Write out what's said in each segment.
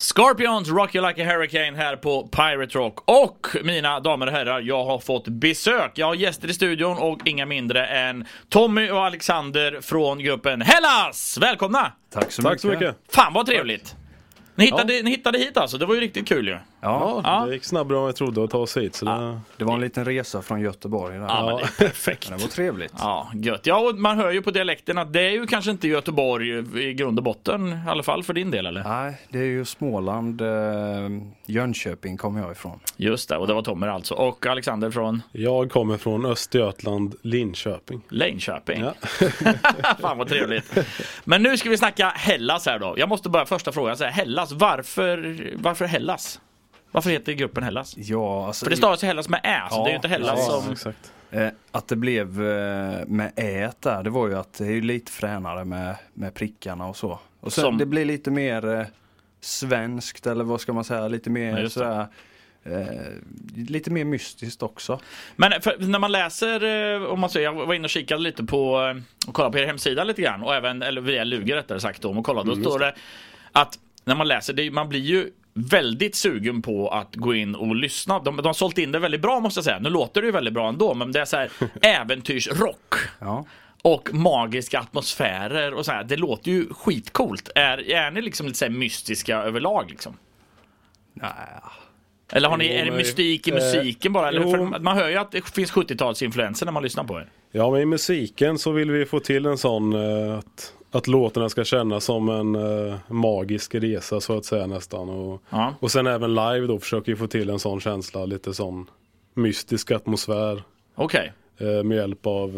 Scorpions Rock You Like a Hurricane här på Pirate Rock. Och mina damer och herrar, jag har fått besök. Jag har gäster i studion och inga mindre än Tommy och Alexander från gruppen Hellas. Välkomna! Tack så mycket. Fan vad trevligt. Ni hittade hit alltså, det var ju riktigt kul ju. Ja, det gick snabbare än jag trodde att ta oss hit. Så det var en liten resa från Göteborg där. Ja, men det är perfekt. Det var trevligt. Ja, gött. Ja, och man hör ju på dialekten att det är ju kanske inte Göteborg i grund och botten, i alla fall för din del, eller? Nej, det är ju Småland, Jönköping kommer jag ifrån. Just det, och det var Tommer alltså. Och Alexander från? Jag kommer från Östergötland, Linköping. Linköping? Ja. Fan vad trevligt. Men nu ska vi snacka Hellas här då. Jag måste bara första frågan säga, Hellas, varför Hellas? Varför heter gruppen Hellas? Ja, alltså, för det stavas ju Hellas med ä, så det är ju inte Hellas som... Exakt. Att det blev med ät där, det var ju att det är ju lite fränare med prickarna och så. Och sen det blir lite mer svenskt, eller vad ska man säga, lite mer sådär... lite mer mystiskt också. Men när man läser, om man säger, jag var inne och kikade lite på och kollade på er hemsida lite grann, och även, eller via Luger rättare sagt, och kollade, då står det att när man läser det, man blir ju väldigt sugen på att gå in och lyssna. De har sålt in det väldigt bra, måste jag säga. Nu låter det ju väldigt bra ändå, men det är så här äventyrsrock. Ja. Och magiska atmosfärer och så här. Det låter ju skitcoolt. Är ni liksom lite så här mystiska överlag liksom? Nej. Eller har ni, är det mystik i musiken bara? Eller för man hör ju att det finns 70-talsinfluenser när man lyssnar på er. Ja, men i musiken så vill vi få till en sån att låtarna ska kännas som en magisk resa, så att säga, nästan. Och sen även live då försöker vi få till en sån känsla, lite sån mystisk atmosfär. Okej. Med hjälp av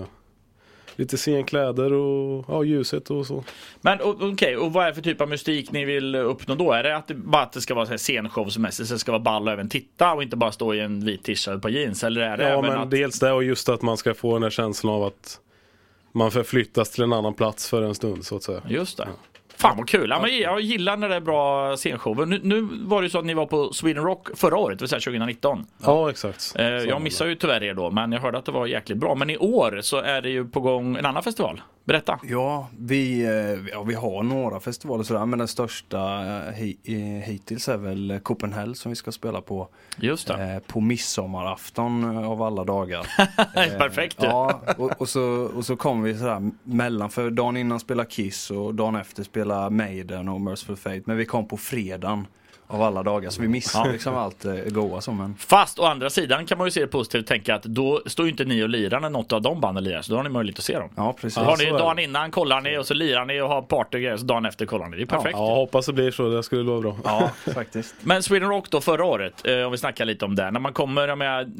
lite scenkläder och ljuset och så. Men okej, och vad är det för typ av mystik ni vill uppnå då? Är det att det ska vara scenshowsmässigt, så det ska vara ball och även titta och inte bara stå i en vit t-shirt på jeans? Eller är det även men att... dels det, och just att man ska få den här känslan av att man förflyttas till en annan plats för en stund, så att säga. Just det. Ja. Fan vad kul. Ja, men jag gillar när det är bra scenshower. Nu var det ju så att ni var på Sweden Rock förra året, det vill säga 2019. Ja, exakt. Jag missade ju tyvärr er då, men jag hörde att det var jäkligt bra. Men i år så är det ju på gång en annan festival. Berätta. Ja, vi har några festivaler sådär, men den största hittills är väl Copenhagen som vi ska spela på. Just det. På midsommarafton av alla dagar. Perfekt. Ja, och så kommer vi sådär mellan, för dagen innan spelar Kiss och dagen efter spelar Maiden och Merciful Fate, men vi kom på fredagen av alla dagar, så vi missar liksom allt goa som en. Fast å andra sidan kan man ju se det positivt och tänka att då står ju inte ni och lirar när något av de banden lirar, så då har ni möjlighet att se dem. Ja, precis. Har ni dagen innan kollar ni och så lirar ni och har partygrejer, så dagen efter kollar ni. Det är perfekt. Ja, hoppas det blir så, det skulle vara bra. Ja, faktiskt. Men Sweden Rock då förra året, om vi snackar lite om det, när man kommer med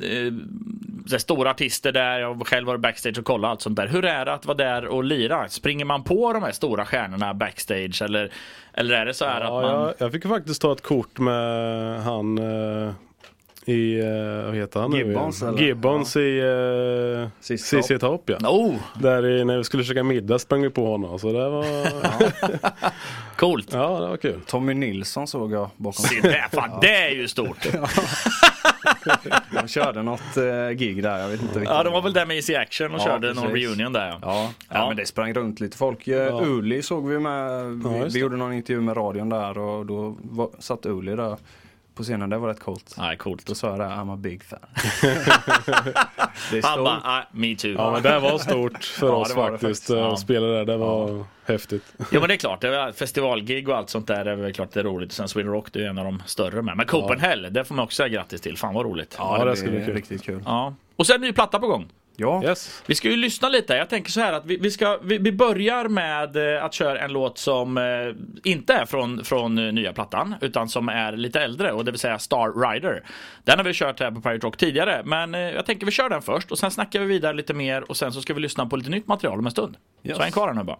stora artister där, jag själv var backstage och kollade allt sånt där. Hur är det att vara där och lira? Springer man på de här stora stjärnorna backstage, eller är det så här att man... Jag fick faktiskt ta ett kort med han i, vad heter han nu? Gibbons i CC Top, ja. Där när vi skulle käka middag sprang vi på honom, så det var... Coolt. Ja, det var kul. Tommy Nilsson såg jag bakom. Det är ju stort. De körde något gig där, jag vet inte riktigt. Ja, de var väl där med Easy Action och körde någon reunion där. Ja, men det sprang runt lite folk. Uli såg vi med, vi gjorde någon intervju med radion där, och då satt Uli där på scenen. Det var rätt coolt. Ja, coolt. Då sa jag det, I'm a big fan. Det är stort. Han bara, me too. Ja, men det var stort för oss faktiskt. Att spela där, det var häftigt. Ja, men det är klart, det är festivalgig och allt sånt där, det är väl klart det är roligt. Sen Sweden Rock, det är en av de större med. Men Copenhagen, det får man också säga grattis till. Fan vad roligt. Ja, det skulle bli riktigt kul. Ja. Och sen är ny platta på gång. Ja. Yes. Vi ska ju lyssna lite. Jag tänker så här att vi börjar med att köra en låt som inte är från nya plattan, utan som är lite äldre, och det vill säga Star Rider. Den har vi kört här på Pirate Rock tidigare, men jag tänker vi kör den först och sen snackar vi vidare lite mer, och sen så ska vi lyssna på lite nytt material om en stund. Yes. Så en kvar nu bara.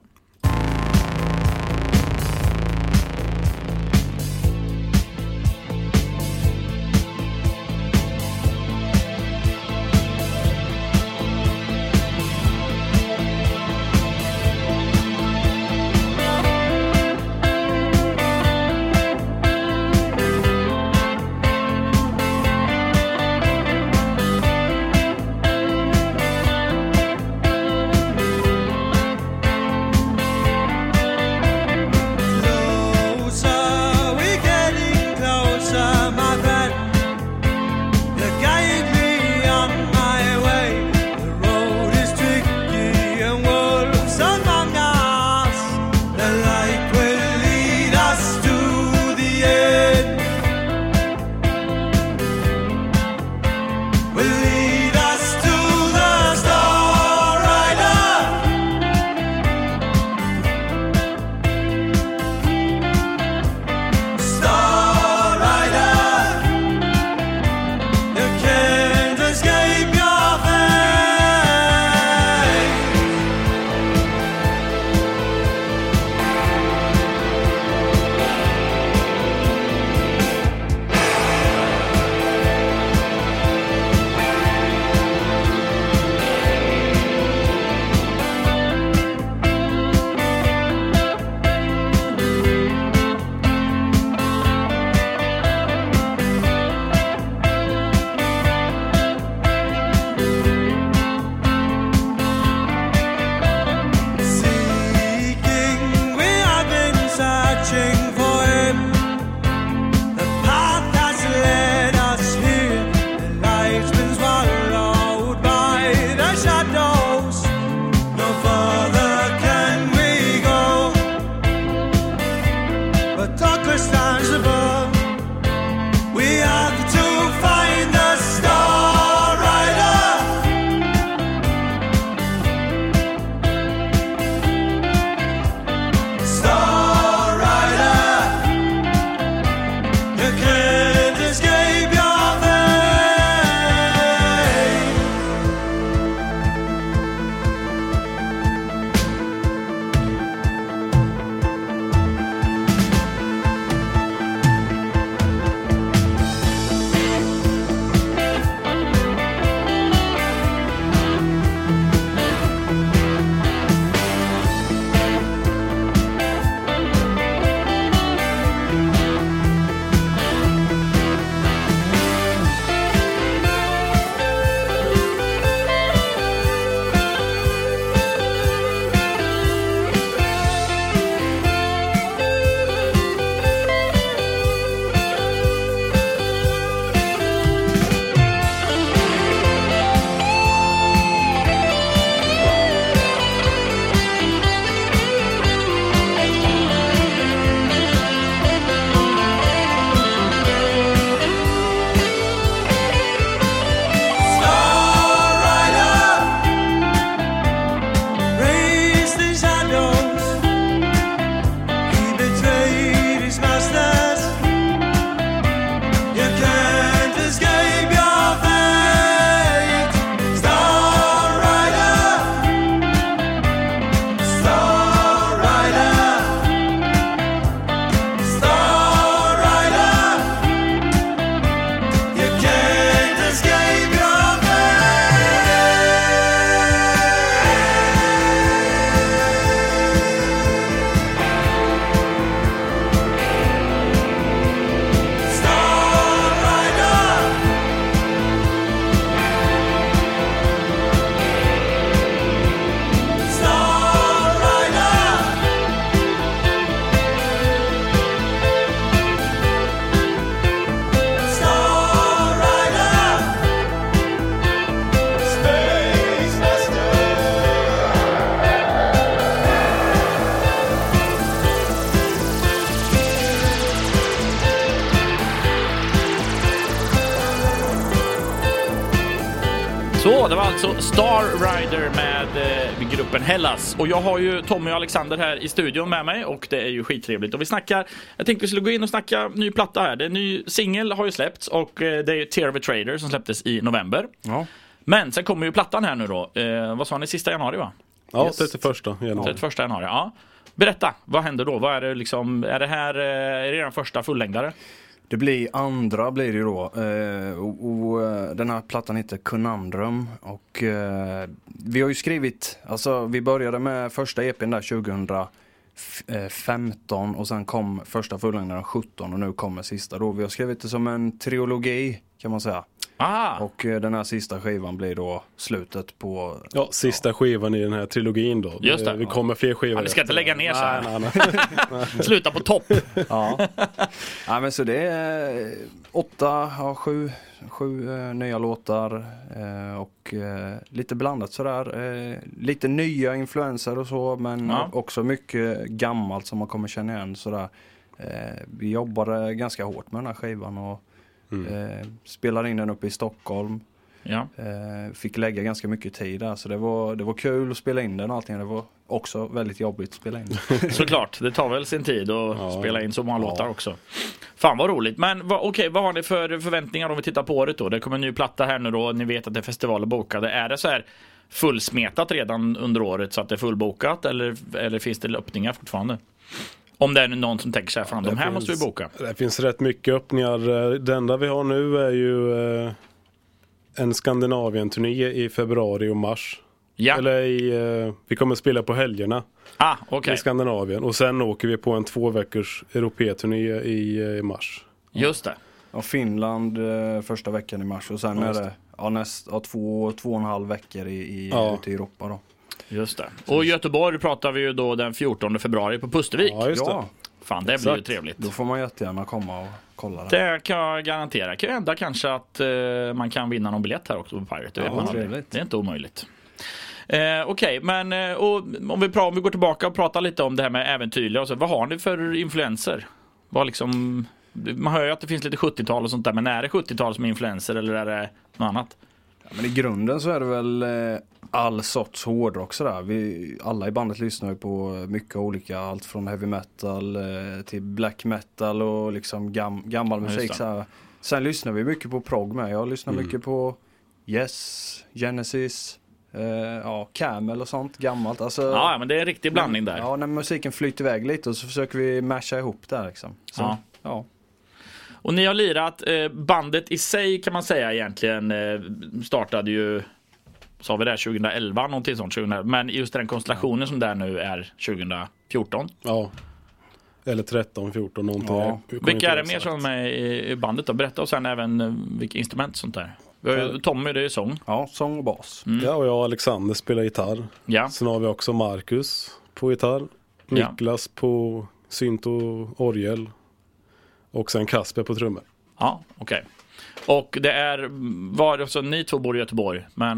Så, det var alltså Star Rider med gruppen Hellas. Och jag har ju Tommy och Alexander här i studion med mig och det är ju skittrevligt. Och vi snackar, jag tänkte vi skulle gå in och snacka ny platta här. Det är en ny singel har ju släppts och det är ju Tear of a Trader som släpptes i november. Ja. Men sen kommer ju plattan här nu då. Vad sa ni, sista januari va? Ja, 31 januari. 31 januari, ja. Berätta, vad händer då? Vad är det liksom, är det här är det den första fullängdare? Det blir andra blir det ju då. Och den här plattan heter Conundrum. Och vi har ju skrivit, alltså vi började med första EPn där 2015 och sen kom första fullängdaren 17 och nu kommer sista då. Vi har skrivit det som en trilogi kan man säga. Aha. Och den här sista skivan blir då slutet på... Ja, sista skivan i den här trilogin då. Just det. Vi kommer fler skivor. Ja, vi ska inte lägga ner så här. Nej. Sluta på topp. Ja. Ja, men så det är 7 nya låtar och lite blandat sådär. Lite nya influenser och så, men också mycket gammalt som man kommer känna igen sådär. Vi jobbade ganska hårt med den här skivan och spelade in den uppe i Stockholm. Ja. Fick lägga ganska mycket tid där, så det var kul att spela in den och allting. Det var också väldigt jobbigt att spela in. Såklart, det tar väl sin tid att spela in så många låtar också. Fan vad roligt. Men vad har ni för förväntningar om vi tittar på året då? Det kommer en ny platta här nu då. Ni vet att det är festivaler bokade. Är det så här fullsmetat redan under året så att det är fullbokat? Eller finns det öppningar fortfarande? Om det är någon som tänker sig, fan de här måste vi boka. Det finns rätt mycket öppningar. Det enda vi har nu är ju en Skandinavien-turné i februari och mars. Ja. Eller vi kommer spela på helgerna i Skandinavien. Och sen åker vi på en 2 veckors Europé-turné i mars. Just det. Och Finland första veckan i mars. Och sen är det 2,5 veckor ute i Europa då. Just det. Och i Göteborg pratar vi ju då den 14 februari på Pustervik. Ja, just det. Ja. Fan, det blir ju trevligt. Då får man jättegärna komma och kolla det. Det kan jag garantera. Det kan ju hända kanske att man kan vinna någon biljett här också på Pirate. Det är inte omöjligt. Okej, men och om vi går tillbaka och pratar lite om det här med äventyrliga och så, vad har ni för influenser? Vad liksom, man hör ju att det finns lite 70-tal och sånt där, men är det 70-tal som influenser eller är det något annat? Men i grunden så är det väl all sorts hårdrock sådär. Alla i bandet lyssnar ju på mycket olika, allt från heavy metal till black metal och liksom gammal musik. Sen lyssnar vi mycket på prog med. Jag lyssnar mycket på Yes, Genesis, Camel och sånt, gammalt. Alltså, ja, men det är en riktig blandning där. Ja, när musiken flyter iväg lite och så försöker vi masha ihop där liksom. Så, ja. Och ni har lirat, bandet i sig kan man säga egentligen startade ju, sa vi det, 2011 någonting sånt, 2011, men just den konstellationen som där nu är 2014. Ja, eller 13, 14 någonting. Ja. Vilka är det mer som är i bandet då? Berätta, och sen även vilka instrument sånt där. Tommy, det är sång. Ja, sång och bas. Ja, och jag och Alexander spelar gitarr. Ja. Sen har vi också Marcus på gitarr. Niklas på synt och orgel. Och sen Kasper på trummor. Ja, okej. Och det är, så ni två bor i Göteborg, men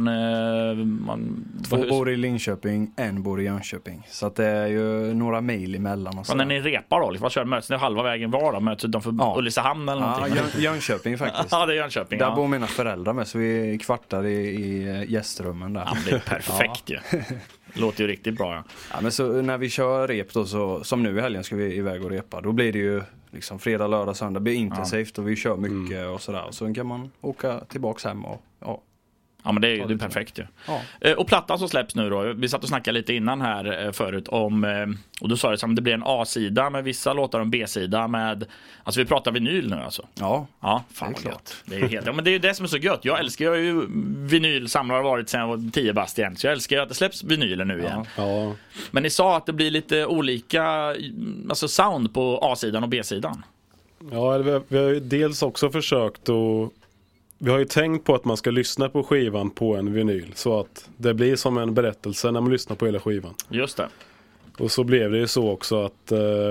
två bor i Linköping, en bor i Jönköping. Så att det är ju några mil emellan. Och när ni repar då, vad kör möts ni halva vägen var då? Möts de för Ulricehamn eller någonting? Ja, Jönköping faktiskt. Ja, det är Jönköping. Där bor mina föräldrar med, så vi kvartar i gästrummen där. Ja, det är perfekt ju. Låter ju riktigt bra. Ja, men så när vi kör rep då, så som nu i helgen ska vi iväg och repa. Då blir det ju liksom fredag, lördag, söndag blir intensivt och vi kör mycket och sådär. Och så kan man åka tillbaks hem och ja, men det är ju perfekt ju. Ja. Och plattan som släpps nu då, vi satt och snackade lite innan här förut om, och då sa det som det blir en A-sida med vissa låtar och en B-sida med, alltså vi pratar vinyl nu alltså. Ja, fan vad gött. Det är helt, men det är ju det som är så gött. Jag älskar ju vinylsamlare, har varit sedan jag var 10 bast igen, så jag älskar ju att det släpps vinyler nu igen. Ja. Men ni sa att det blir lite olika, alltså sound på A-sidan och B-sidan. Ja, vi har ju dels också försökt att, vi har ju tänkt på att man ska lyssna på skivan på en vinyl, så att det blir som en berättelse när man lyssnar på hela skivan. Just det. Och så blev det ju så också att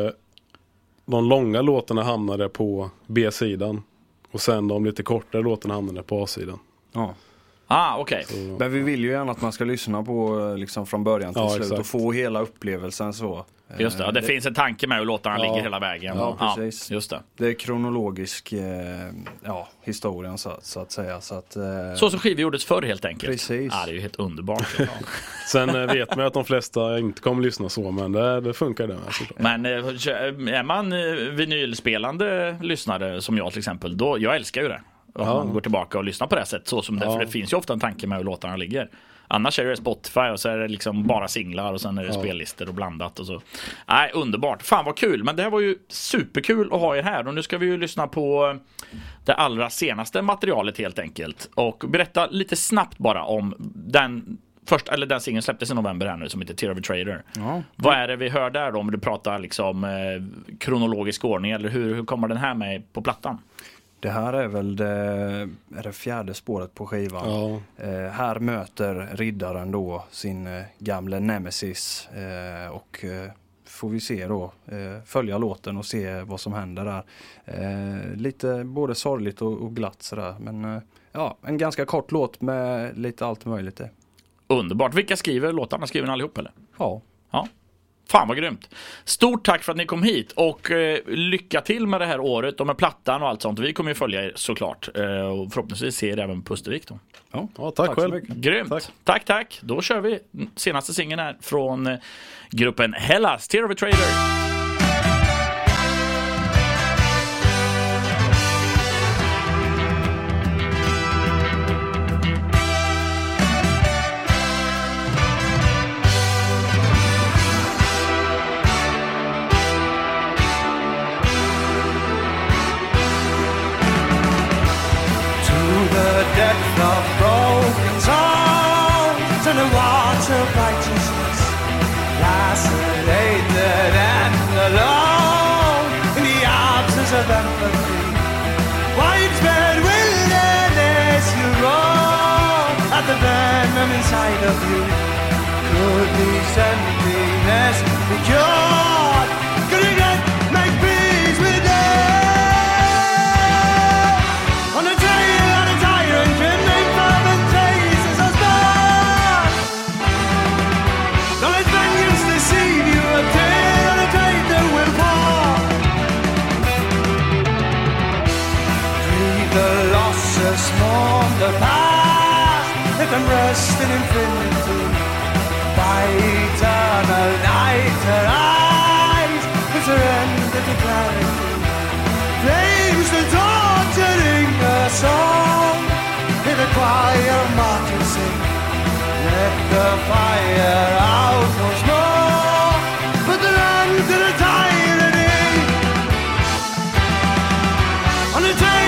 de långa låtarna hamnade på B-sidan och sen de lite kortare låtarna hamnade på A-sidan. Ja. Okej. Men vi vill ju gärna att man ska lyssna på liksom från början till slut, exakt. Och få hela upplevelsen så. Just det, det finns en tanke med hur låtarna ligger hela vägen. Ja, precis. Just det. Det är kronologisk historien så att säga. Så som skivor gjordes förr helt enkelt. Precis. Ja, det är ju helt underbart. Sen vet man att de flesta inte kommer lyssna så, men det funkar det. Men är man vinylspelande lyssnare som jag till exempel, då, jag älskar ju det. Om man går tillbaka och lyssnar på det sätt så som det, för det finns ju ofta en tanke med hur låtarna ligger. Annars är det Spotify och så är det liksom bara singlar och sen är det spellistor och blandat och så. Nej, underbart. Fan vad kul. Men det här var ju superkul att ha er här. Och nu ska vi ju lyssna på det allra senaste materialet helt enkelt. Och berätta lite snabbt bara om den singeln släpptes i november här nu som heter Tear of a Traitor. Ja. Vad är det vi hör där då, om du pratar liksom kronologisk ordning, eller hur kommer den här med på plattan? Det här är väl det fjärde spåret på skivan. Ja. Här möter riddaren då sin gamla nemesis och får vi se då, följa låten och se vad som händer där. Lite både sorgligt och glatt sådär, men en ganska kort låt med lite allt möjligt. Underbart. Vilka skriver låtarna? Skriver ni allihop eller? Ja. Fan vad grymt. Stort tack för att ni kom hit och lycka till med det här året och med plattan och allt sånt. Vi kommer ju följa er såklart och förhoppningsvis se er även på Pustervik då. Ja, tack själv. Grymt. Tack. Då kör vi senaste singeln här från gruppen Hellas, Tear of a Traitor. Depth of broken souls and the water of righteousness, lacerated and alone in the absence of empathy. Widespread wilderness you roam at the venom inside of you. Could these emptiness be cured? Could regret make peace with death? Mourn the past let them rest in infinity. By eternal night arise, and surrender to clarity. Flames still torturing a song, hear the choir of martyrs sing. Let the fire out once more, put the land to the tyranny. On the train